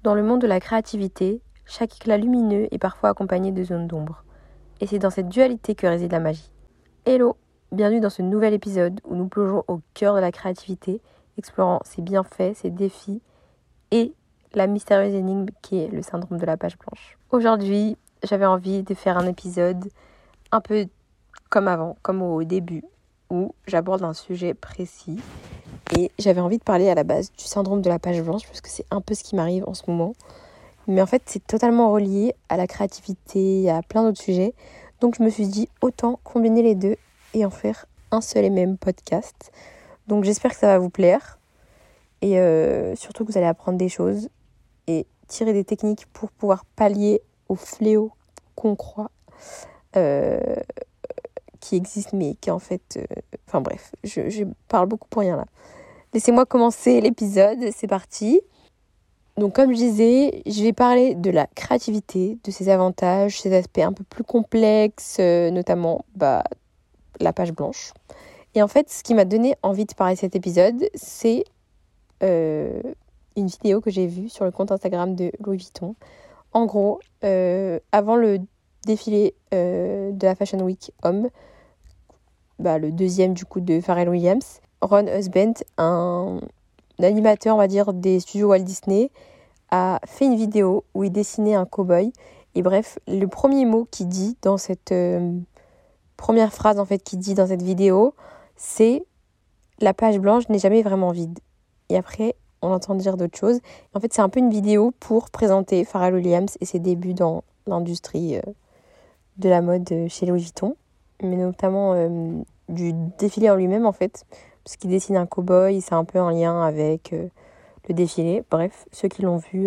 Dans le monde de la créativité, chaque éclat lumineux est parfois accompagné de zones d'ombre. Et c'est dans cette dualité que réside la magie. Hello, bienvenue dans ce nouvel épisode où nous plongeons au cœur de la créativité, explorant ses bienfaits, ses défis et la mystérieuse énigme qui est le syndrome de la page blanche. Aujourd'hui, j'avais envie de faire un épisode un peu comme avant, comme au début, où j'aborde un sujet précis. Et j'avais envie de parler à la base du syndrome de la page blanche parce que c'est un peu ce qui m'arrive en ce moment. Mais en fait, c'est totalement relié à la créativité, à plein d'autres sujets. Donc je me suis dit, autant combiner les deux et en faire un seul et même podcast. Donc j'espère que ça va vous plaire. Et surtout que vous allez apprendre des choses et tirer des techniques pour pouvoir pallier au fléau qu'on croit qui existe, mais qui en fait... Enfin bref, je parle beaucoup pour rien là. Laissez-moi commencer l'épisode, c'est parti. Donc comme je disais, je vais parler de la créativité, de ses avantages, ses aspects un peu plus complexes, notamment la page blanche. Et en fait, ce qui m'a donné envie de parler de cet épisode, c'est une vidéo que j'ai vue sur le compte Instagram de Louis Vuitton. En gros, avant le défilé de la Fashion Week Homme, le deuxième du coup de Pharrell Williams, Ron Husband, un animateur, on va dire, des studios Walt Disney, a fait une vidéo où il dessinait un cow-boy. Et bref, le premier mot qu'il dit dans cette première phrase en fait qu'il dit dans cette vidéo, c'est « La page blanche n'est jamais vraiment vide ». Et après, on entend dire d'autres choses. En fait, c'est un peu une vidéo pour présenter Pharrell Williams et ses débuts dans l'industrie de la mode chez Louis Vuitton, mais notamment du défilé en lui-même en fait, parce qu'il dessine un cow-boy, c'est un peu en lien avec le défilé. Bref, ceux qui l'ont vu,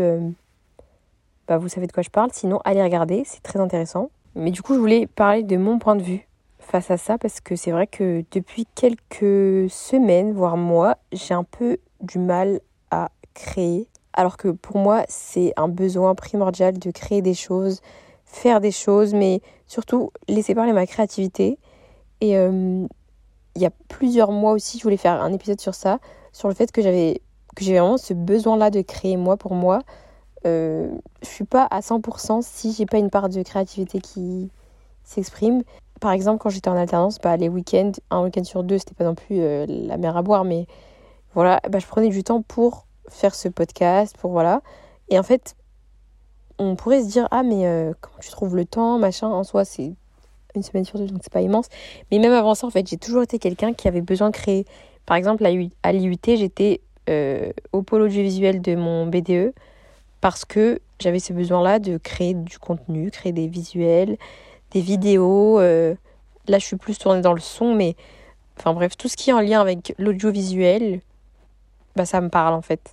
vous savez de quoi je parle. Sinon, allez regarder, c'est très intéressant. Mais du coup, je voulais parler de mon point de vue face à ça, parce que c'est vrai que depuis quelques semaines, voire mois, j'ai un peu du mal à créer. Alors que pour moi, c'est un besoin primordial de créer des choses, faire des choses, mais surtout laisser parler ma créativité. Et il y a plusieurs mois aussi, je voulais faire un épisode sur ça, sur le fait que j'ai vraiment ce besoin-là de créer moi pour moi. Je suis pas à 100% si j'ai pas une part de créativité qui s'exprime. Par exemple, quand j'étais en alternance, les week-ends, un week-end sur deux, c'était pas non plus la mer à boire, mais voilà, je prenais du temps pour faire ce podcast, pour voilà. Et en fait, on pourrait se dire, mais comment tu trouves le temps, machin, en soi, c'est une semaine sur deux, donc c'est pas immense. Mais même avant ça, en fait, j'ai toujours été quelqu'un qui avait besoin de créer. Par exemple, à l'IUT, j'étais au pôle audiovisuel de mon BDE parce que j'avais ce besoin-là de créer du contenu, créer des visuels, des vidéos. Là, je suis plus tournée dans le son, mais enfin bref, tout ce qui est en lien avec l'audiovisuel, ça me parle en fait.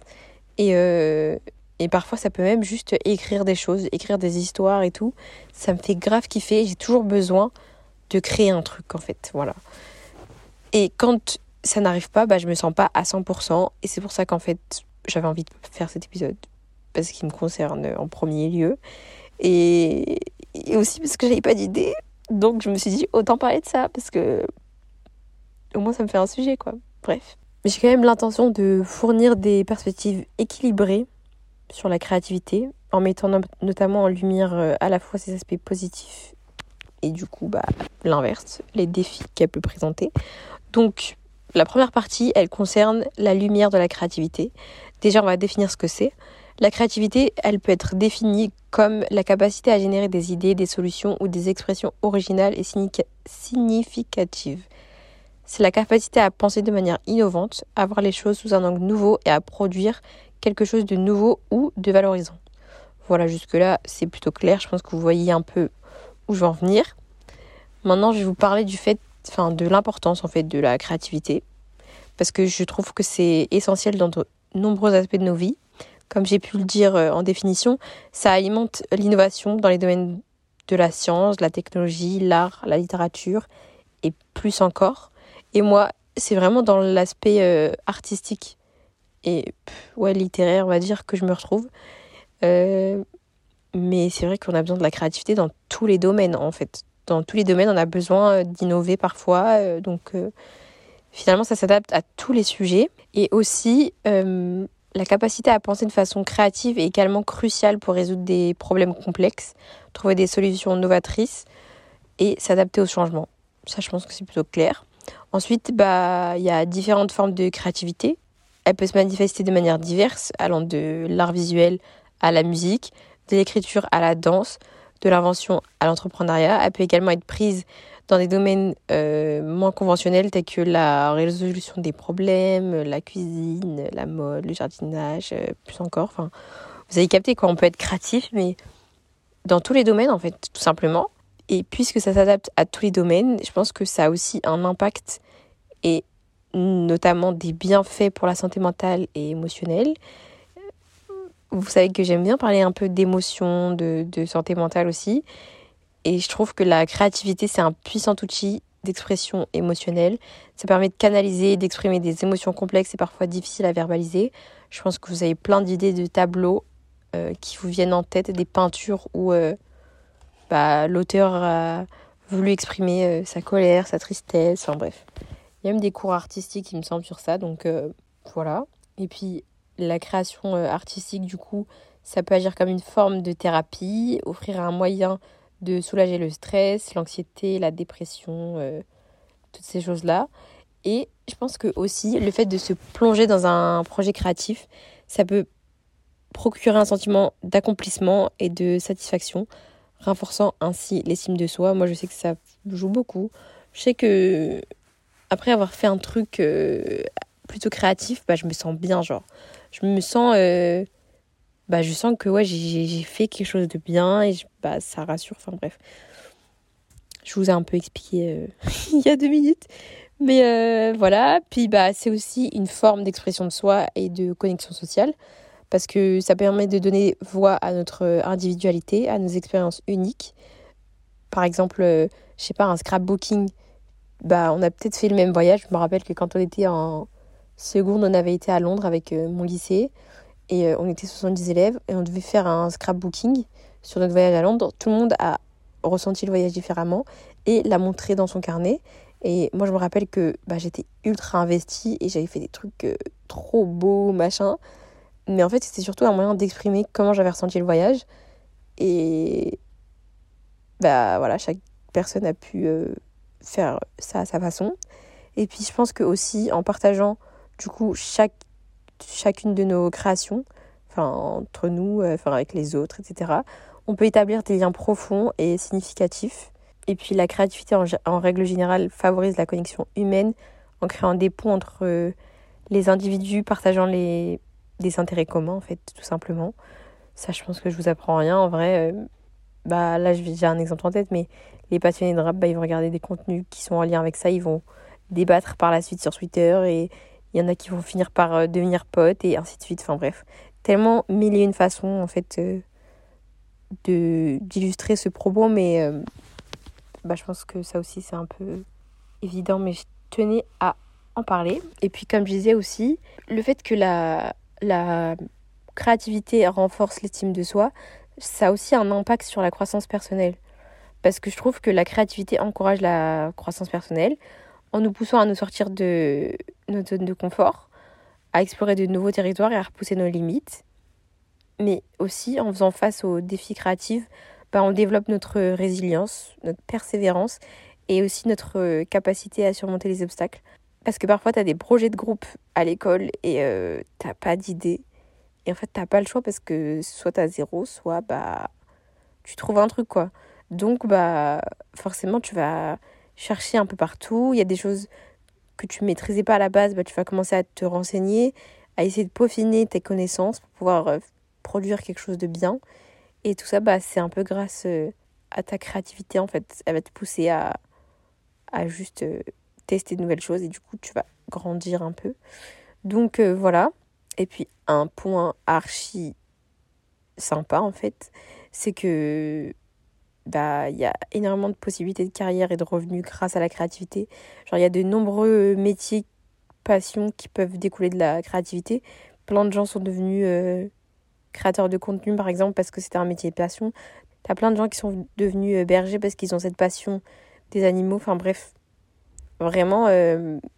Et parfois, ça peut même juste écrire des choses, écrire des histoires et tout. Ça me fait grave kiffer. J'ai toujours besoin de créer un truc, en fait. Voilà. Et quand ça n'arrive pas, je me sens pas à 100%. Et c'est pour ça qu'en fait, j'avais envie de faire cet épisode. Parce qu'il me concerne en premier lieu. Et aussi parce que j'avais pas d'idée. Donc, je me suis dit, autant parler de ça. Parce que au moins, ça me fait un sujet, quoi. Bref. Mais j'ai quand même l'intention de fournir des perspectives équilibrées sur la créativité, en mettant notamment en lumière à la fois ses aspects positifs et du coup l'inverse, les défis qu'elle peut présenter. Donc la première partie, elle concerne la lumière de la créativité. Déjà, on va définir ce que c'est. La créativité, elle peut être définie comme la capacité à générer des idées, des solutions ou des expressions originales et significatives. C'est la capacité à penser de manière innovante, à voir les choses sous un angle nouveau et à produire quelque chose de nouveau ou de valorisant. Voilà, jusque-là, c'est plutôt clair. Je pense que vous voyez un peu où je veux en venir. Maintenant, je vais vous parler de l'importance en fait de la créativité, parce que je trouve que c'est essentiel dans de nombreux aspects de nos vies. Comme j'ai pu le dire en définition, ça alimente l'innovation dans les domaines de la science, de la technologie, l'art, la littérature et plus encore. Et moi, c'est vraiment dans l'aspect artistique et littéraire, on va dire, que je me retrouve. Mais c'est vrai qu'on a besoin de la créativité dans tous les domaines, en fait. Dans tous les domaines, on a besoin d'innover parfois. Donc, finalement, ça s'adapte à tous les sujets. Et aussi, La capacité à penser de façon créative est également cruciale pour résoudre des problèmes complexes, trouver des solutions novatrices et s'adapter aux changements. Ça, je pense que c'est plutôt clair. Ensuite, il y a différentes formes de créativité. Elle peut se manifester de manière diverse, allant de l'art visuel à la musique, de l'écriture à la danse, de l'invention à l'entrepreneuriat. Elle peut également être prise dans des domaines moins conventionnels tels que la résolution des problèmes, la cuisine, la mode, le jardinage, plus encore. Enfin, vous avez capté quoi, on peut être créatif, mais dans tous les domaines en fait, tout simplement. Et puisque ça s'adapte à tous les domaines, je pense que ça a aussi un impact et notamment des bienfaits pour la santé mentale et émotionnelle. Vous savez que j'aime bien parler un peu d'émotions, de santé mentale aussi. Et je trouve que la créativité, c'est un puissant outil d'expression émotionnelle. Ça permet de canaliser, d'exprimer des émotions complexes et parfois difficiles à verbaliser. Je pense que vous avez plein d'idées de tableaux qui vous viennent en tête, des peintures où l'auteur a voulu exprimer sa colère, sa tristesse, enfin bref. Il y a même des cours artistiques, il me semble, sur ça, donc voilà. Et puis, la création artistique, du coup, ça peut agir comme une forme de thérapie, offrir un moyen de soulager le stress, l'anxiété, la dépression, toutes ces choses-là. Et je pense que aussi, le fait de se plonger dans un projet créatif, ça peut procurer un sentiment d'accomplissement et de satisfaction, renforçant ainsi l'estime de soi. Moi, je sais que ça joue beaucoup. Je sais que après avoir fait un truc plutôt créatif, je me sens bien, genre. Je me sens... je sens que ouais, j'ai fait quelque chose de bien et ça rassure. Enfin bref, je vous ai un peu expliqué il y a 2 minutes. Mais voilà, puis c'est aussi une forme d'expression de soi et de connexion sociale parce que ça permet de donner voix à notre individualité, à nos expériences uniques. Par exemple, je sais pas, un scrapbooking, on a peut-être fait le même voyage. Je me rappelle que quand on était en seconde, on avait été à Londres avec mon lycée. Et on était 70 élèves et on devait faire un scrapbooking sur notre voyage à Londres. Tout le monde a ressenti le voyage différemment et l'a montré dans son carnet. Et moi, je me rappelle que j'étais ultra investie et j'avais fait des trucs trop beaux, machin. Mais en fait, c'était surtout un moyen d'exprimer comment j'avais ressenti le voyage. Et voilà, chaque personne a pu faire ça à sa façon. Et puis, je pense que aussi, en partageant, du coup, chacune de nos créations, entre nous, avec les autres, etc. On peut établir des liens profonds et significatifs. Et puis la créativité en règle générale favorise la connexion humaine en créant des ponts entre les individus partageant des intérêts communs en fait, tout simplement. Ça, je pense que je vous apprends rien. En vrai, là j'ai un exemple en tête, mais les passionnés de rap, ils vont regarder des contenus qui sont en lien avec ça, ils vont débattre par la suite sur Twitter et il y en a qui vont finir par devenir potes et ainsi de suite. Enfin bref, tellement mille et une façons en fait d'illustrer ce propos, mais je pense que ça aussi c'est un peu évident, mais je tenais à en parler. Et puis comme je disais aussi, le fait que la créativité renforce l'estime de soi, ça a aussi un impact sur la croissance personnelle. Parce que je trouve que la créativité encourage la croissance personnelle en nous poussant à nous sortir de notre zone de confort, à explorer de nouveaux territoires et à repousser nos limites. Mais aussi, en faisant face aux défis créatifs, on développe notre résilience, notre persévérance et aussi notre capacité à surmonter les obstacles. Parce que parfois, tu as des projets de groupe à l'école et t'as pas d'idée. Et en fait, t'as pas le choix parce que soit t'as zéro, soit tu trouves un truc, quoi. Donc, forcément, tu vas chercher un peu partout. Il y a des choses que tu maîtrisais pas à la base, tu vas commencer à te renseigner, à essayer de peaufiner tes connaissances pour pouvoir produire quelque chose de bien. Et tout ça, c'est un peu grâce à ta créativité, en fait. Elle va te pousser à juste tester de nouvelles choses et du coup, tu vas grandir un peu. Donc, voilà. Et puis, un point archi sympa, en fait, c'est que il y a énormément de possibilités de carrière et de revenus grâce à la créativité. Genre, il y a de nombreux métiers, passions qui peuvent découler de la créativité. Plein de gens sont devenus créateurs de contenu, par exemple, parce que c'était un métier de passion. T'as plein de gens qui sont devenus bergers parce qu'ils ont cette passion des animaux. Enfin bref, vraiment, que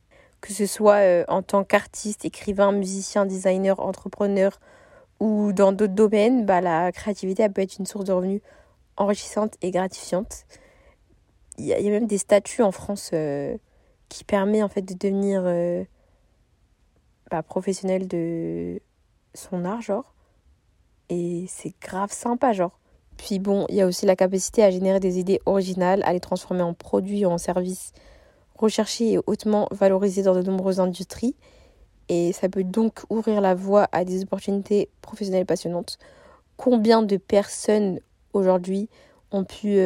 que ce soit en tant qu'artiste, écrivain, musicien, designer, entrepreneur ou dans d'autres domaines, la créativité elle peut être une source de revenus enrichissante et gratifiante. Il y a même des statuts en France qui permettent en fait de devenir professionnel de son art, genre. Et c'est grave sympa, genre. Puis bon, il y a aussi la capacité à générer des idées originales, à les transformer en produits ou en services recherchés et hautement valorisés dans de nombreuses industries. Et ça peut donc ouvrir la voie à des opportunités professionnelles passionnantes. Combien de personnes aujourd'hui ont pu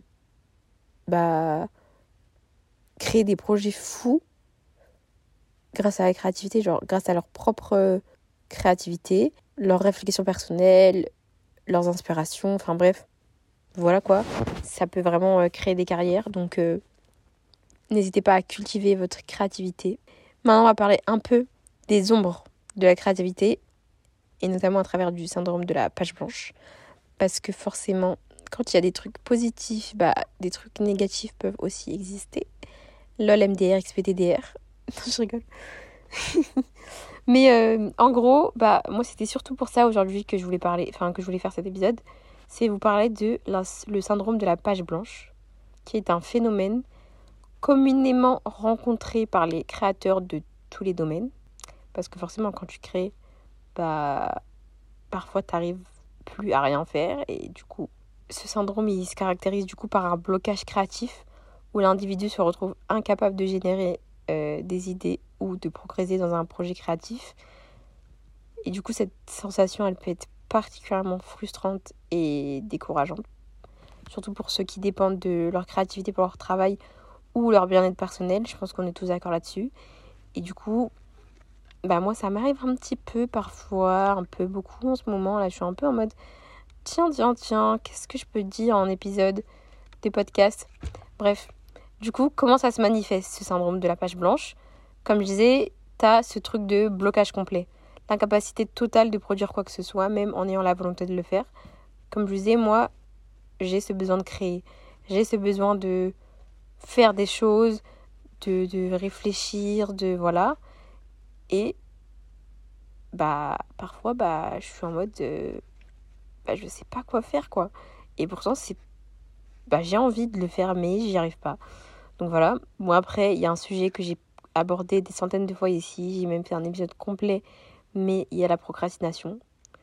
créer des projets fous grâce à la créativité, genre grâce à leur propre créativité, leurs réflexions personnelles, leurs inspirations, enfin bref, voilà quoi. Ça peut vraiment créer des carrières, donc n'hésitez pas à cultiver votre créativité. Maintenant, on va parler un peu des ombres de la créativité, et notamment à travers du syndrome de la page blanche, parce que forcément, quand il y a des trucs positifs, des trucs négatifs peuvent aussi exister. LOL, MDR, XPTDR. Non, je rigole. Mais en gros, moi c'était surtout pour ça aujourd'hui que je voulais faire cet épisode. C'est vous parler de le syndrome de la page blanche, qui est un phénomène communément rencontré par les créateurs de tous les domaines. Parce que forcément, quand tu crées, parfois t'arrives plus à rien faire. Et du coup, ce syndrome, il se caractérise du coup par un blocage créatif où l'individu se retrouve incapable de générer des idées ou de progresser dans un projet créatif. Et du coup, cette sensation, elle peut être particulièrement frustrante et décourageante. Surtout pour ceux qui dépendent de leur créativité pour leur travail ou leur bien-être personnel. Je pense qu'on est tous d'accord là-dessus. Et du coup, moi, ça m'arrive un petit peu parfois, un peu beaucoup en ce moment. Là, je suis un peu en mode, tiens, qu'est-ce que je peux dire en épisode de podcast ? Bref, du coup, comment ça se manifeste, ce syndrome de la page blanche ? Comme je disais, t'as ce truc de blocage complet. L'incapacité totale de produire quoi que ce soit, même en ayant la volonté de le faire. Comme je disais, moi, j'ai ce besoin de créer. J'ai ce besoin de faire des choses, de réfléchir, de voilà. Et parfois, je suis en mode, je sais pas quoi faire, quoi. Et pourtant, j'ai envie de le faire, mais j'y arrive pas. Donc voilà. Moi, après, il y a un sujet que j'ai abordé des centaines de fois ici. J'ai même fait un épisode complet. Mais il y a la procrastination.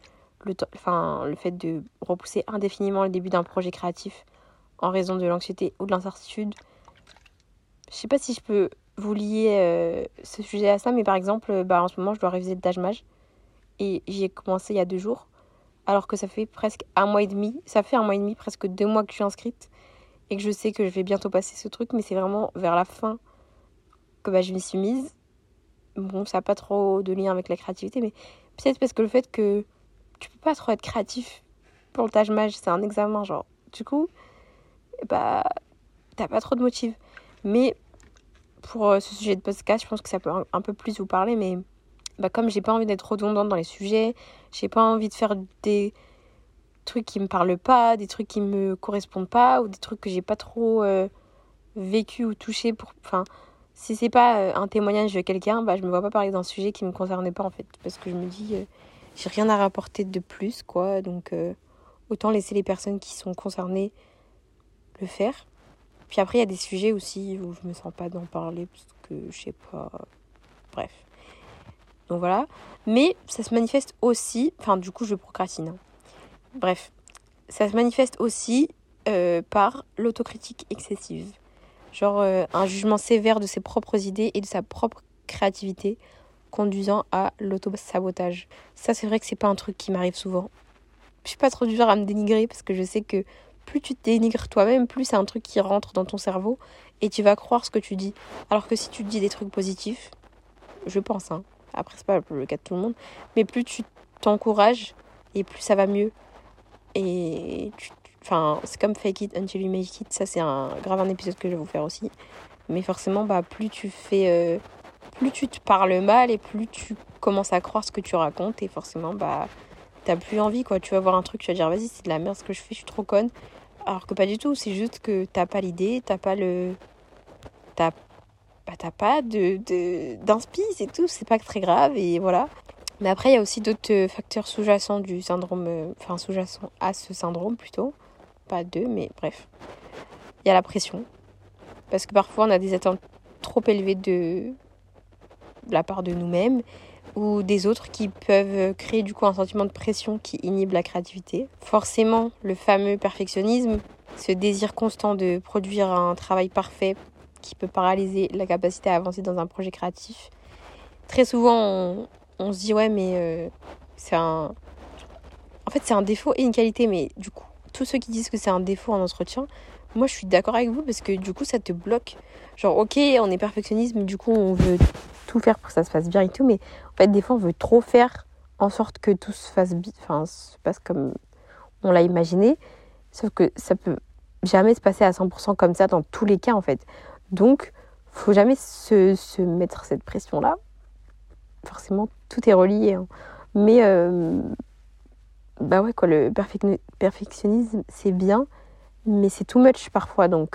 Le fait de repousser indéfiniment le début d'un projet créatif en raison de l'anxiété ou de l'incertitude. Je sais pas si je peux vous lier ce sujet à ça, mais par exemple, en ce moment, je dois réviser le Taj-Maj. Et j'y ai commencé il y a 2 jours. Alors que ça fait presque 1 mois et demi. Ça fait 1 mois et demi, presque 2 mois que je suis inscrite. Et que je sais que je vais bientôt passer ce truc. Mais c'est vraiment vers la fin que je m'y suis mise. Bon, ça n'a pas trop de lien avec la créativité. Mais peut-être parce que le fait que tu peux pas trop être créatif pour le Taj-Maj. C'est un examen, genre. Du coup, t'as pas trop de motifs. Mais pour ce sujet de podcast, je pense que ça peut un peu plus vous parler. Mais comme j'ai pas envie d'être redondante dans les sujets, j'ai pas envie de faire des trucs qui me parlent pas, des trucs qui me correspondent pas, ou des trucs que j'ai pas trop vécu ou touché si c'est pas un témoignage de quelqu'un, je me vois pas parler d'un sujet qui me concerne pas en fait, parce que je me dis j'ai rien à rapporter de plus, quoi, donc autant laisser les personnes qui sont concernées le faire. Puis après il y a des sujets aussi où je me sens pas d'en parler parce que je sais pas, bref. Donc voilà. Mais ça se manifeste aussi... du coup, je procrastine. Hein. Bref. Ça se manifeste aussi par l'autocritique excessive. Genre un jugement sévère de ses propres idées et de sa propre créativité conduisant à l'auto-sabotage. Ça, c'est vrai que c'est pas un truc qui m'arrive souvent. Je suis pas trop du genre à me dénigrer parce que je sais que plus tu te dénigres toi-même, plus c'est un truc qui rentre dans ton cerveau et tu vas croire ce que tu dis. Alors que si tu te dis des trucs positifs, je pense, après c'est pas le cas de tout le monde, mais plus tu t'encourages et plus ça va mieux. Et c'est comme fake it until you make it, ça c'est grave un épisode que je vais vous faire aussi. Mais forcément, plus tu fais, plus tu te parles mal et plus tu commences à croire ce que tu racontes et forcément t'as plus envie, quoi. Tu vas voir un truc, tu vas dire vas-y, c'est de la merde ce que je fais, je suis trop conne. Alors que pas du tout, c'est juste que t'as pas l'idée, t'as bah t'as pas d'inspi, c'est tout, c'est pas très grave et voilà. Mais après il y a aussi d'autres facteurs sous-jacents du syndrome, sous-jacents à ce syndrome plutôt, pas deux mais bref. Il y a la pression, parce que parfois on a des attentes trop élevées de la part de nous-mêmes ou des autres qui peuvent créer du coup un sentiment de pression qui inhibe la créativité. Forcément, le fameux perfectionnisme, ce désir constant de produire un travail parfait qui peut paralyser la capacité à avancer dans un projet créatif. Très souvent, on se dit ouais mais c'est un... En fait c'est un défaut et une qualité, mais du coup, tous ceux qui disent que c'est un défaut en entretien, moi je suis d'accord avec vous parce que du coup ça te bloque. Genre ok, on est perfectionniste, mais du coup on veut tout faire pour que ça se passe bien et tout, mais en fait des fois on veut trop faire en sorte que tout se fasse bien, se passe comme on l'a imaginé, sauf que ça peut jamais se passer à 100% comme ça dans tous les cas en fait. Donc faut jamais se mettre cette pression là. Forcément tout est relié, hein. Mais bah ouais quoi, le perfectionnisme c'est bien, mais c'est too much parfois, donc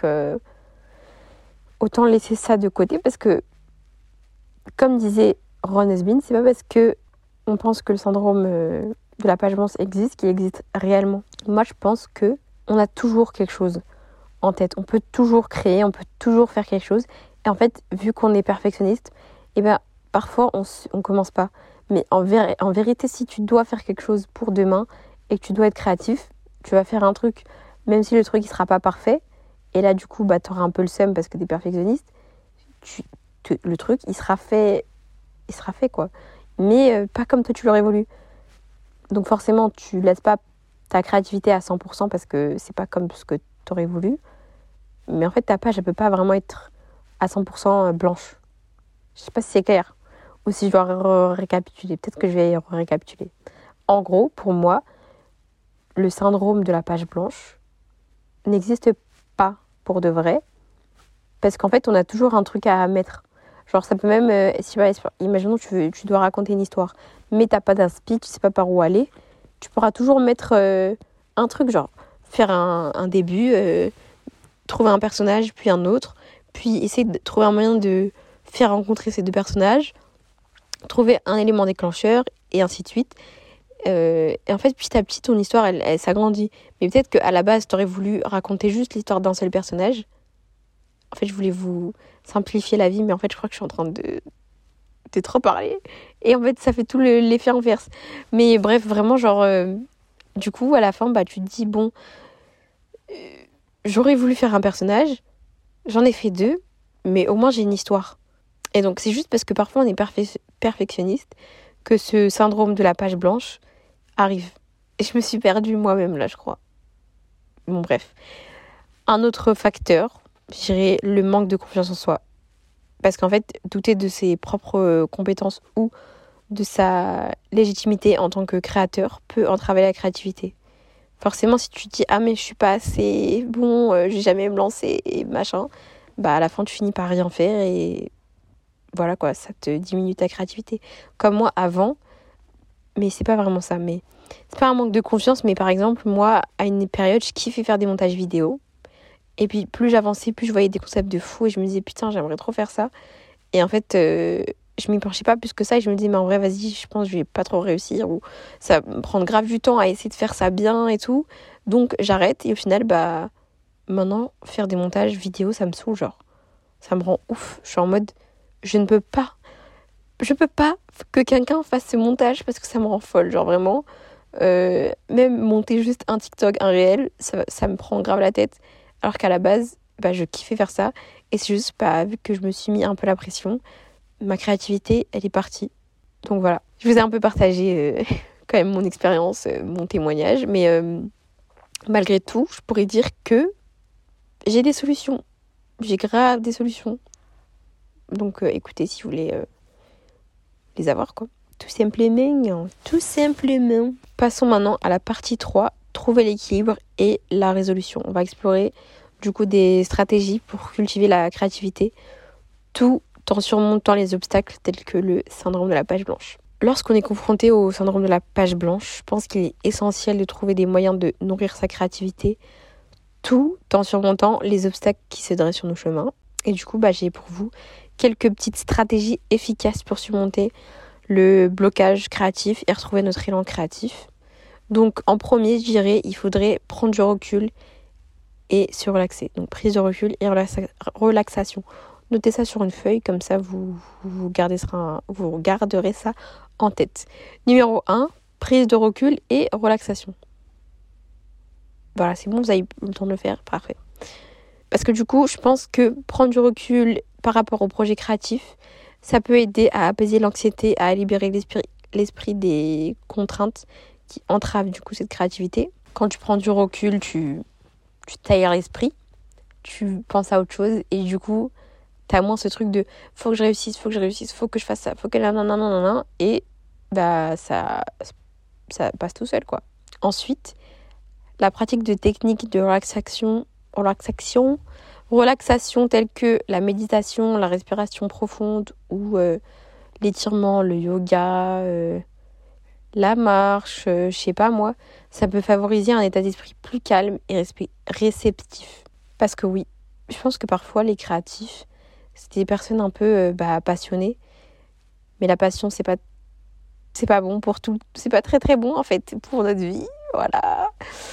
autant laisser ça de côté, parce que comme disait Ron Husbin, c'est pas parce que on pense que le syndrome de la page blanche existe qu'il existe réellement. Moi je pense que on a toujours quelque chose en tête, on peut toujours créer, on peut toujours faire quelque chose, et en fait vu qu'on est perfectionniste, et ben parfois on commence pas. Mais en vérité, si tu dois faire quelque chose pour demain et que tu dois être créatif, tu vas faire un truc, même si le truc il sera pas parfait. Et là, du coup, bah, tu auras un peu le seum parce que tu es perfectionniste. Le truc, il sera fait quoi. Mais pas comme toi tu l'aurais voulu. Donc forcément, tu laisses pas ta créativité à 100% parce que c'est pas comme ce que tu aurais voulu. Mais en fait, ta page, elle peut pas vraiment être à 100% blanche. Je sais pas si c'est clair. Ou si je dois récapituler. Peut-être que je vais récapituler. En gros, pour moi, le syndrome de la page blanche n'existe pas pour de vrai. Parce qu'en fait, on a toujours un truc à mettre. Genre, ça peut même... imaginons tu dois raconter une histoire, mais t'as pas d'inspi, tu sais pas par où aller. Tu pourras toujours mettre un truc, genre faire un début, trouver un personnage, puis un autre, puis essayer de trouver un moyen de faire rencontrer ces deux personnages, trouver un élément déclencheur, et ainsi de suite. Et en fait, petit à petit, ton histoire, elle s'agrandit. Mais peut-être qu'à la base, tu aurais voulu raconter juste l'histoire d'un seul personnage. En fait, je voulais vous simplifier la vie, mais en fait, je crois que je suis en train de trop parler. Et en fait, ça fait tout l'effet inverse. Mais bref, vraiment, genre... du coup, à la fin, bah, tu te dis, bon... j'aurais voulu faire un personnage. J'en ai fait deux. Mais au moins, j'ai une histoire. Et donc, c'est juste parce que parfois, on est perfectionniste que ce syndrome de la page blanche arrive. Et je me suis perdue moi-même, là, je crois. Bon, bref. Un autre facteur, je dirais le manque de confiance en soi. Parce qu'en fait, douter de ses propres compétences ou de sa légitimité en tant que créateur peut entraver la créativité. Forcément, si tu te dis « Ah, mais je suis pas assez bon, je vais jamais me lancer, et machin », bah à la fin, tu finis par rien faire et voilà quoi, ça te diminue ta créativité. Comme moi, avant, mais c'est pas vraiment ça, mais c'est pas un manque de confiance, mais par exemple, moi, à une période, je kiffais faire des montages vidéo. Et puis, plus j'avançais, plus je voyais des concepts de fou et je me disais, putain, j'aimerais trop faire ça. Et en fait, je m'y penchais pas plus que ça et je me disais, mais en vrai, vas-y, je pense que je vais pas trop réussir ou ça va me prendre grave du temps à essayer de faire ça bien et tout. Donc, j'arrête et au final, bah, maintenant, faire des montages vidéo, ça me saoule, genre. Ça me rend ouf. Je suis en mode, je peux pas que quelqu'un fasse ce montage parce que ça me rend folle, genre vraiment. Même monter juste un TikTok, un réel, ça me prend grave la tête. Alors qu'à la base, bah, je kiffais faire ça. Et c'est juste, bah, vu que je me suis mis un peu la pression, ma créativité, elle est partie. Donc voilà. Je vous ai un peu partagé quand même mon expérience, mon témoignage. Mais malgré tout, je pourrais dire que j'ai des solutions. J'ai grave des solutions. Donc écoutez, si vous voulez les avoir, quoi. Tout simplement. Tout simplement. Passons maintenant à la partie 3. Trouver l'équilibre et la résolution. On va explorer du coup des stratégies pour cultiver la créativité tout en surmontant les obstacles tels que le syndrome de la page blanche. Lorsqu'on est confronté au syndrome de la page blanche, je pense qu'il est essentiel de trouver des moyens de nourrir sa créativité tout en surmontant les obstacles qui se dressent sur nos chemins. Et du coup, j'ai pour vous quelques petites stratégies efficaces pour surmonter le blocage créatif et retrouver notre élan créatif. Donc en premier, je dirais, il faudrait prendre du recul et se relaxer. Donc prise de recul et relaxation. Notez ça sur une feuille, comme ça vous garderez ça en tête. Numéro 1, prise de recul et relaxation. Voilà, c'est bon, vous avez eu le temps de le faire, parfait. Parce que du coup, je pense que prendre du recul par rapport au projet créatif, ça peut aider à apaiser l'anxiété, à libérer l'esprit des contraintes qui entravent du coup cette créativité. Quand tu prends du recul, tu t'aères l'esprit, tu penses à autre chose et du coup, t'as moins ce truc de faut que je réussisse, faut que je fasse ça, faut que nanana, et bah ça passe tout seul quoi. Ensuite, la pratique de techniques de relaxation telles que la méditation, la respiration profonde ou l'étirement, le yoga, la marche, je sais pas moi, ça peut favoriser un état d'esprit plus calme et réceptif. Parce que oui, je pense que parfois les créatifs, c'est des personnes un peu passionnées, mais la passion c'est pas bon pour tout, c'est pas très très bon en fait pour notre vie, voilà.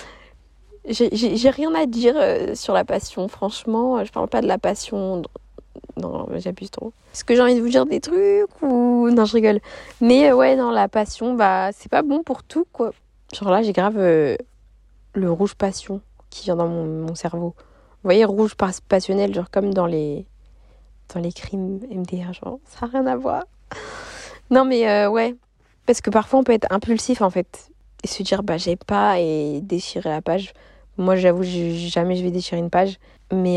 J'ai rien à dire sur la passion, franchement, je parle pas de la passion, non, j'abuse trop. Est-ce que j'ai envie de vous dire des trucs ou... Non, je rigole. Mais ouais, non, la passion, c'est pas bon pour tout, quoi. Genre là, j'ai grave le rouge passion qui vient dans mon cerveau. Vous voyez, rouge passionnel, genre comme dans les crimes MDR, genre, ça n'a rien à voir. Non, mais ouais, parce que parfois, on peut être impulsif, en fait, et se dire, j'ai pas, et déchirer la page. Moi, j'avoue, jamais je vais déchirer une page, mais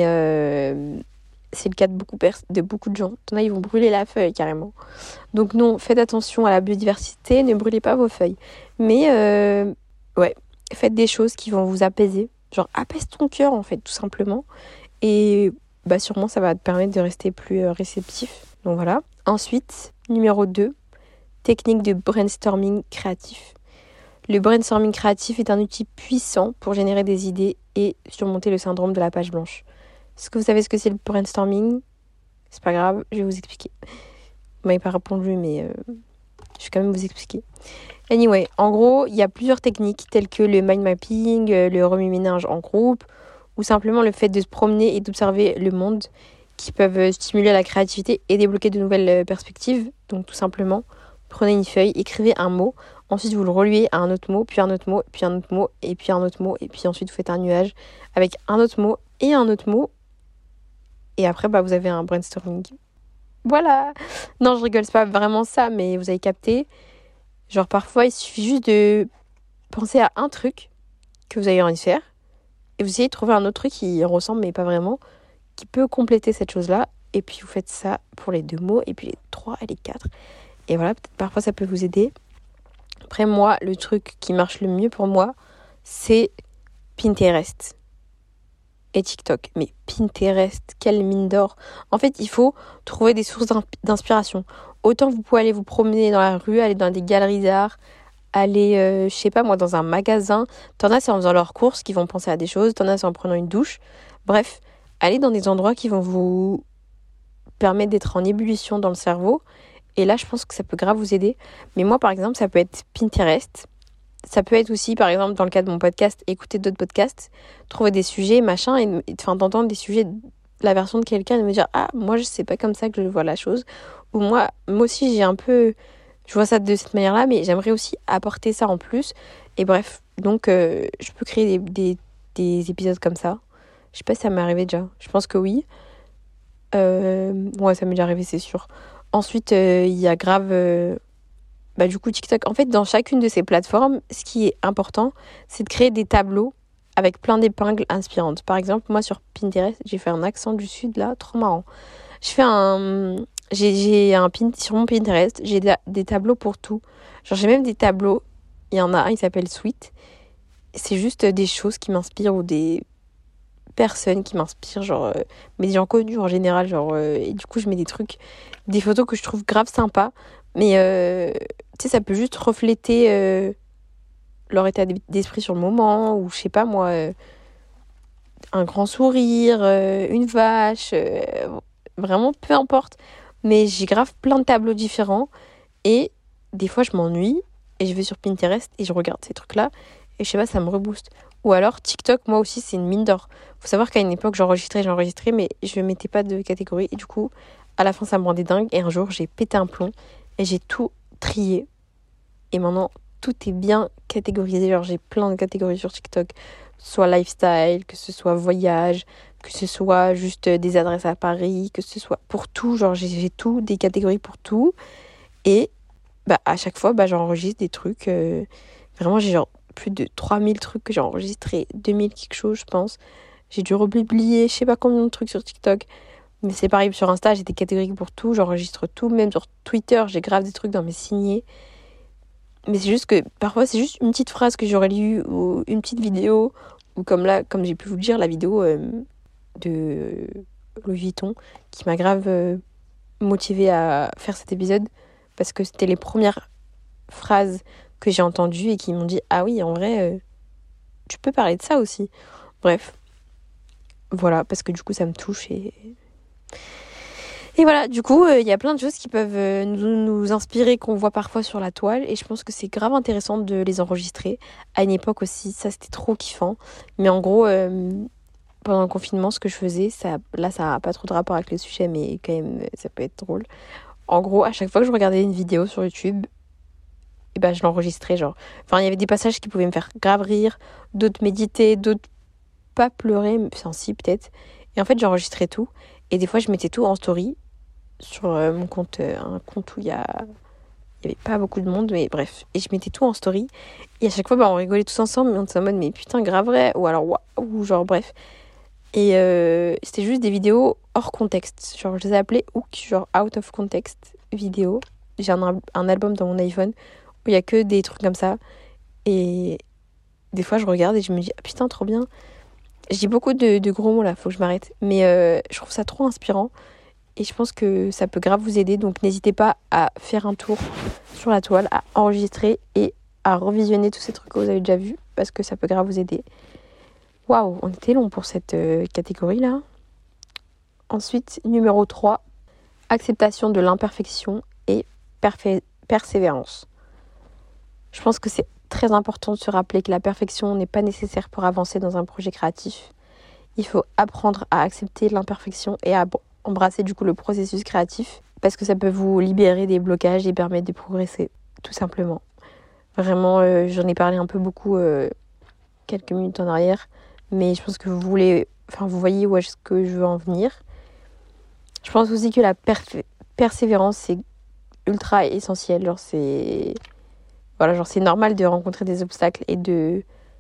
c'est le cas de beaucoup de gens. T'en as, ils vont brûler la feuille, carrément. Donc non, faites attention à la biodiversité, ne brûlez pas vos feuilles. Mais ouais, faites des choses qui vont vous apaiser. Genre, apaise ton cœur, en fait, tout simplement. Et sûrement, ça va te permettre de rester plus réceptif. Donc voilà. Ensuite, numéro 2, technique de brainstorming créatif. Le brainstorming créatif est un outil puissant pour générer des idées et surmonter le syndrome de la page blanche. Est-ce que vous savez ce que c'est le brainstorming ? C'est pas grave, je vais vous expliquer. Vous m'avez pas répondu, mais je vais quand même vous expliquer. Anyway, en gros, il y a plusieurs techniques telles que le mind mapping, le remue-ménage en groupe, ou simplement le fait de se promener et d'observer le monde qui peuvent stimuler la créativité et débloquer de nouvelles perspectives. Donc tout simplement, prenez une feuille, écrivez un mot, ensuite vous le reliez à un autre mot, puis un autre mot, puis un autre mot, et puis un autre mot, et puis ensuite vous faites un nuage avec un autre mot et un autre mot, et après vous avez un brainstorming. Voilà. Non, je rigole, c'est pas vraiment ça, mais vous avez capté. Genre parfois, il suffit juste de penser à un truc que vous avez envie de faire, et vous essayez de trouver un autre truc qui ressemble, mais pas vraiment, qui peut compléter cette chose-là, et puis vous faites ça pour les 2 mots, et puis les 3 et les 4. Et voilà, peut-être parfois ça peut vous aider. Après moi, le truc qui marche le mieux pour moi, c'est Pinterest et TikTok. Mais Pinterest, quelle mine d'or. En fait, il faut trouver des sources d'inspiration. Autant vous pouvez aller vous promener dans la rue, aller dans des galeries d'art, aller, je sais pas moi, dans un magasin. T'en as, c'est en faisant leurs courses qu'ils vont penser à des choses. T'en as, c'est en prenant une douche. Bref, allez dans des endroits qui vont vous permettre d'être en ébullition dans le cerveau. Et là, je pense que ça peut grave vous aider. Mais moi, par exemple, ça peut être Pinterest. Ça peut être aussi, par exemple, dans le cas de mon podcast, écouter d'autres podcasts, trouver des sujets, machin, et d'entendre des sujets, la version de quelqu'un, et de me dire, moi, je sais pas comme ça que je vois la chose. Ou moi aussi, je vois ça de cette manière-là, mais j'aimerais aussi apporter ça en plus. Et bref, donc, je peux créer des épisodes comme ça. Je sais pas si ça m'est arrivé déjà. Je pense que oui. Ouais, ça m'est déjà arrivé, c'est sûr. Ensuite, il y a grave... du coup, TikTok. En fait, dans chacune de ces plateformes, ce qui est important, c'est de créer des tableaux avec plein d'épingles inspirantes. Par exemple, moi, sur Pinterest, j'ai fait un accent du Sud, là, trop marrant. J'ai un pin sur mon Pinterest, j'ai des tableaux pour tout. Genre, j'ai même des tableaux. Il y en a un, il s'appelle Sweet. C'est juste des choses qui m'inspirent ou des personnes qui m'inspirent, genre mais des gens connus en général, genre et du coup je mets des photos que je trouve grave sympas, mais tu sais, ça peut juste refléter leur état d'esprit sur le moment, ou je sais pas moi, un grand sourire, une vache, vraiment peu importe. Mais j'ai grave plein de tableaux différents et des fois je m'ennuie et je vais sur Pinterest et je regarde ces trucs-là et je sais pas, ça me rebooste. Ou alors TikTok, moi aussi, c'est une mine d'or. Faut savoir qu'à une époque, j'enregistrais, mais je mettais pas de catégorie et du coup, à la fin, ça me rendait dingue et un jour, j'ai pété un plomb et j'ai tout trié et maintenant, tout est bien catégorisé. Genre, j'ai plein de catégories sur TikTok, soit lifestyle, que ce soit voyage, que ce soit juste des adresses à Paris, que ce soit pour tout. Genre, j'ai tout, des catégories pour tout. Et bah, à chaque fois, bah, j'enregistre des trucs. Vraiment, j'ai genre plus de 3000 trucs que j'ai enregistrés, 2000 quelque chose, je pense. J'ai dû republier, je sais pas combien de trucs sur TikTok. Mais c'est pareil sur Insta, j'ai des catégories pour tout, j'enregistre tout. Même sur Twitter, j'ai grave des trucs dans mes signés. Mais c'est juste que parfois, c'est juste une petite phrase que j'aurais lue ou une petite vidéo. Ou comme là, comme j'ai pu vous le dire, la vidéo de Louis Vuitton qui m'a grave motivée à faire cet épisode. Parce que c'était les premières phrases que j'ai entendues et qui m'ont dit « Ah oui, en vrai, tu peux parler de ça aussi. » Bref, voilà, parce que du coup, ça me touche Et voilà, du coup, il y a plein de choses qui peuvent nous inspirer, qu'on voit parfois sur la toile. Et je pense que c'est grave intéressant de les enregistrer. À une époque aussi, ça, c'était trop kiffant. Mais en gros, pendant le confinement, ce que je faisais, ça n'a pas trop de rapport avec le sujet, mais quand même, ça peut être drôle. En gros, à chaque fois que je regardais une vidéo sur YouTube, et ben, je l'enregistrais, genre. Enfin, il y avait des passages qui pouvaient me faire grave rire, d'autres méditer, d'autres pas pleurer, enfin si, peut-être. Et en fait, j'enregistrais tout. Et des fois, je mettais tout en story sur mon compte, un compte où il y avait pas beaucoup de monde, mais bref. Et je mettais tout en story. Et à chaque fois, bah, on rigolait tous ensemble, mais on était en mode, mais putain, grave vrai. Ou alors, waouh, genre, bref. Et c'était juste des vidéos hors contexte. Genre, je les ai appelées hook, genre out of context vidéo. J'ai un album dans mon iPhone où il y a que des trucs comme ça. Et des fois, je regarde et je me dis, ah putain, trop bien. Je dis beaucoup de gros mots là, faut que je m'arrête. Mais je trouve ça trop inspirant. Et je pense que ça peut grave vous aider. Donc n'hésitez pas à faire un tour sur la toile, à enregistrer et à revisionner tous ces trucs que vous avez déjà vus. Parce que ça peut grave vous aider. Waouh, on était long pour cette catégorie là. Ensuite, numéro 3, acceptation de l'imperfection et persévérance. Je pense que c'est très important de se rappeler que la perfection n'est pas nécessaire pour avancer dans un projet créatif. Il faut apprendre à accepter l'imperfection et à embrasser du coup le processus créatif parce que ça peut vous libérer des blocages et permettre de progresser, tout simplement. Vraiment, j'en ai parlé un peu beaucoup quelques minutes en arrière, mais je pense que vous voyez où est-ce que je veux en venir. Je pense aussi que la persévérance, c'est ultra essentiel. Genre, c'est normal de rencontrer des obstacles et de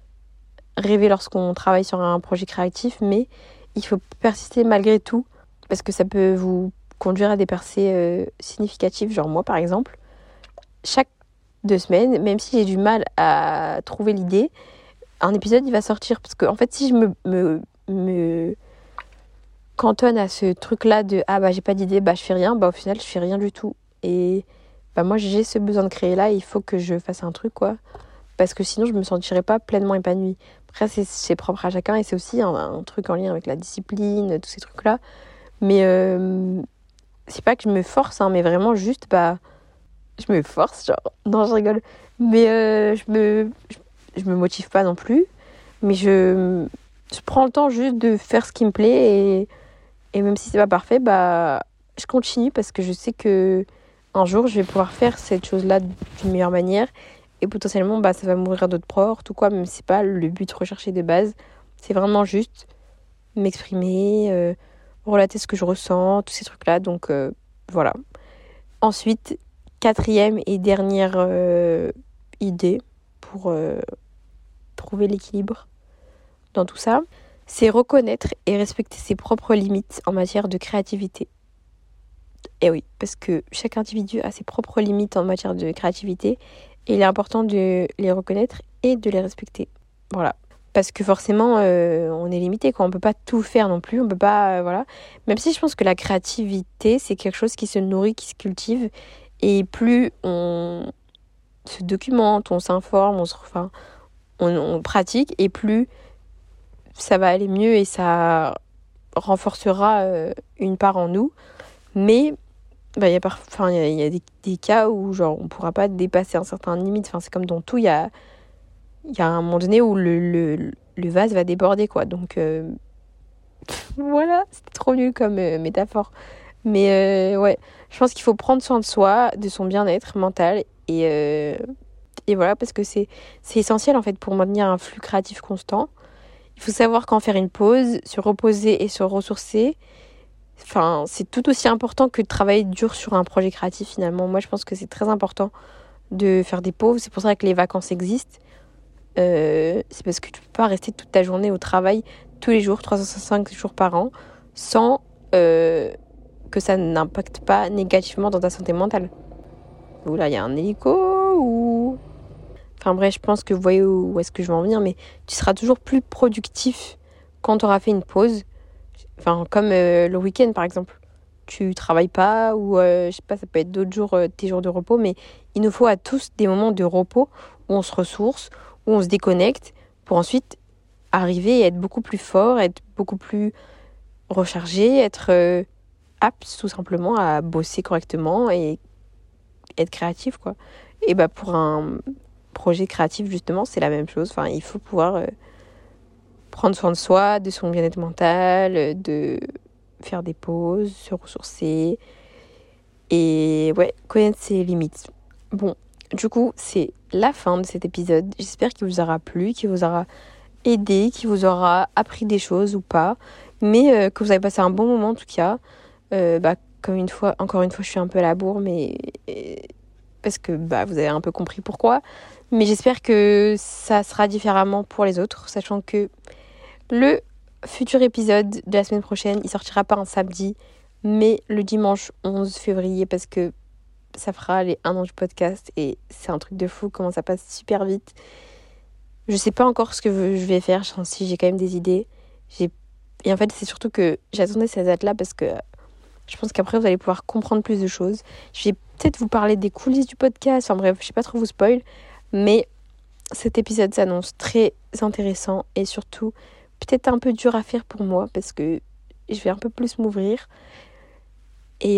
rêver lorsqu'on travaille sur un projet créatif, mais il faut persister malgré tout parce que ça peut vous conduire à des percées significatives. Genre moi, par exemple, chaque 2 semaines, même si j'ai du mal à trouver l'idée, un épisode, il va sortir. Parce que, en fait, si je me cantonne à ce truc-là de « Ah, bah, j'ai pas d'idée, bah, je fais rien », bah, au final, je fais rien du tout. Et bah, moi, j'ai ce besoin de créer là, il faut que je fasse un truc, quoi. Parce que sinon, je me sentirais pas pleinement épanouie. Après, c'est propre à chacun et c'est aussi un truc en lien avec la discipline, tous ces trucs-là. Mais c'est pas que je me force, hein, mais vraiment juste, bah, je me force, genre, non, je rigole. Mais je me motive pas non plus. Mais je prends le temps juste de faire ce qui me plaît et même si c'est pas parfait, bah, je continue parce que je sais que un jour, je vais pouvoir faire cette chose-là d'une meilleure manière et potentiellement, bah, ça va m'ouvrir d'autres portes ou quoi, même si c'est pas le but recherché de base. C'est vraiment juste m'exprimer, relater ce que je ressens, tous ces trucs-là. Donc, voilà. Ensuite, 4e et dernière idée pour trouver l'équilibre dans tout ça, c'est reconnaître et respecter ses propres limites en matière de créativité. Et oui, parce que chaque individu a ses propres limites en matière de créativité et il est important de les reconnaître et de les respecter. Voilà. Parce que forcément, on est limité, quoi. On peut pas tout faire non plus. On peut pas, voilà. Même si je pense que la créativité, c'est quelque chose qui se nourrit, qui se cultive. Et plus on se documente, on s'informe, on pratique, et plus ça va aller mieux et ça renforcera une part en nous. Mais il y a des cas où genre, on ne pourra pas dépasser un certain limite. Enfin, c'est comme dans tout, il y a un moment donné où le vase va déborder, quoi. Donc, voilà, c'était trop nul comme métaphore. Mais ouais, je pense qu'il faut prendre soin de soi, de son bien-être mental. Et voilà, parce que c'est essentiel, en fait, pour maintenir un flux créatif constant. Il faut savoir quand faire une pause, se reposer et se ressourcer. Enfin, c'est tout aussi important que de travailler dur sur un projet créatif, finalement. Moi, je pense que c'est très important de faire des pauses. C'est pour ça que les vacances existent. C'est parce que tu peux pas rester toute ta journée au travail, tous les jours, 365 jours par an, sans que ça n'impacte pas négativement dans ta santé mentale. Oula, il y a un hélico ou... Enfin bref, je pense que vous voyez où est-ce que je veux en venir, mais tu seras toujours plus productif quand tu auras fait une pause. Enfin, comme le week-end, par exemple. Tu travailles pas ou, je sais pas, ça peut être d'autres jours, tes jours de repos, mais il nous faut à tous des moments de repos où on se ressource, où on se déconnecte, pour ensuite arriver et être beaucoup plus fort, être beaucoup plus rechargé, être apte tout simplement à bosser correctement et être créatif, quoi. Et pour un projet créatif, justement, c'est la même chose. Enfin, il faut pouvoir prendre soin de soi, de son bien-être mental, de faire des pauses, se ressourcer et ouais, connaître ses limites. Bon, du coup, c'est la fin de cet épisode. J'espère qu'il vous aura plu, qu'il vous aura aidé, qu'il vous aura appris des choses ou pas, mais que vous avez passé un bon moment en tout cas. Encore une fois, je suis un peu à la bourre, mais parce que vous avez un peu compris pourquoi. Mais j'espère que ça sera différemment pour les autres, sachant que le futur épisode de la semaine prochaine, il sortira pas un samedi, mais le dimanche 11 février, parce que ça fera les 1 an du podcast et c'est un truc de fou comment ça passe super vite. Je sais pas encore ce que je vais faire, si j'ai quand même des idées. Et en fait, c'est surtout que j'attendais cette date-là parce que je pense qu'après, vous allez pouvoir comprendre plus de choses. Je vais peut-être vous parler des coulisses du podcast. Enfin bref, je vais pas trop vous spoil. Mais cet épisode s'annonce très intéressant et surtout peut-être un peu dur à faire pour moi parce que je vais un peu plus m'ouvrir. Et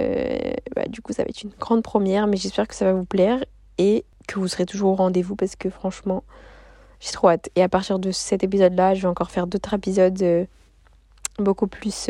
du coup, ça va être une grande première, mais j'espère que ça va vous plaire et que vous serez toujours au rendez-vous parce que franchement, j'ai trop hâte. Et à partir de cet épisode-là, je vais encore faire d'autres épisodes beaucoup plus...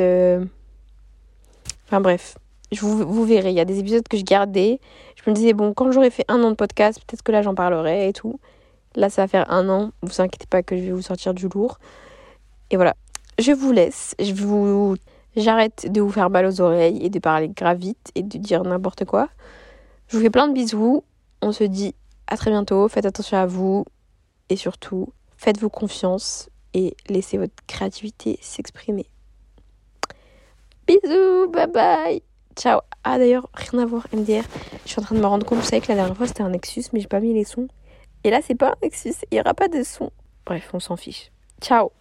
Enfin bref, vous verrez, il y a des épisodes que je gardais. Je me disais, bon, quand j'aurai fait 1 an de podcast, peut-être que là, j'en parlerai et tout. Là, ça va faire 1 an. Vous inquiétez pas que je vais vous sortir du lourd. Et voilà, je vous laisse. J'arrête de vous faire mal aux oreilles et de parler grave vite et de dire n'importe quoi. Je vous fais plein de bisous. On se dit à très bientôt. Faites attention à vous. Et surtout, faites-vous confiance et laissez votre créativité s'exprimer. Bisous, bye bye. Ciao. Ah d'ailleurs, rien à voir, MDR. Je suis en train de me rendre compte, vous savez que la dernière fois c'était un Nexus, mais j'ai pas mis les sons. Et là c'est pas un Nexus, il y aura pas de son. Bref, on s'en fiche. Ciao.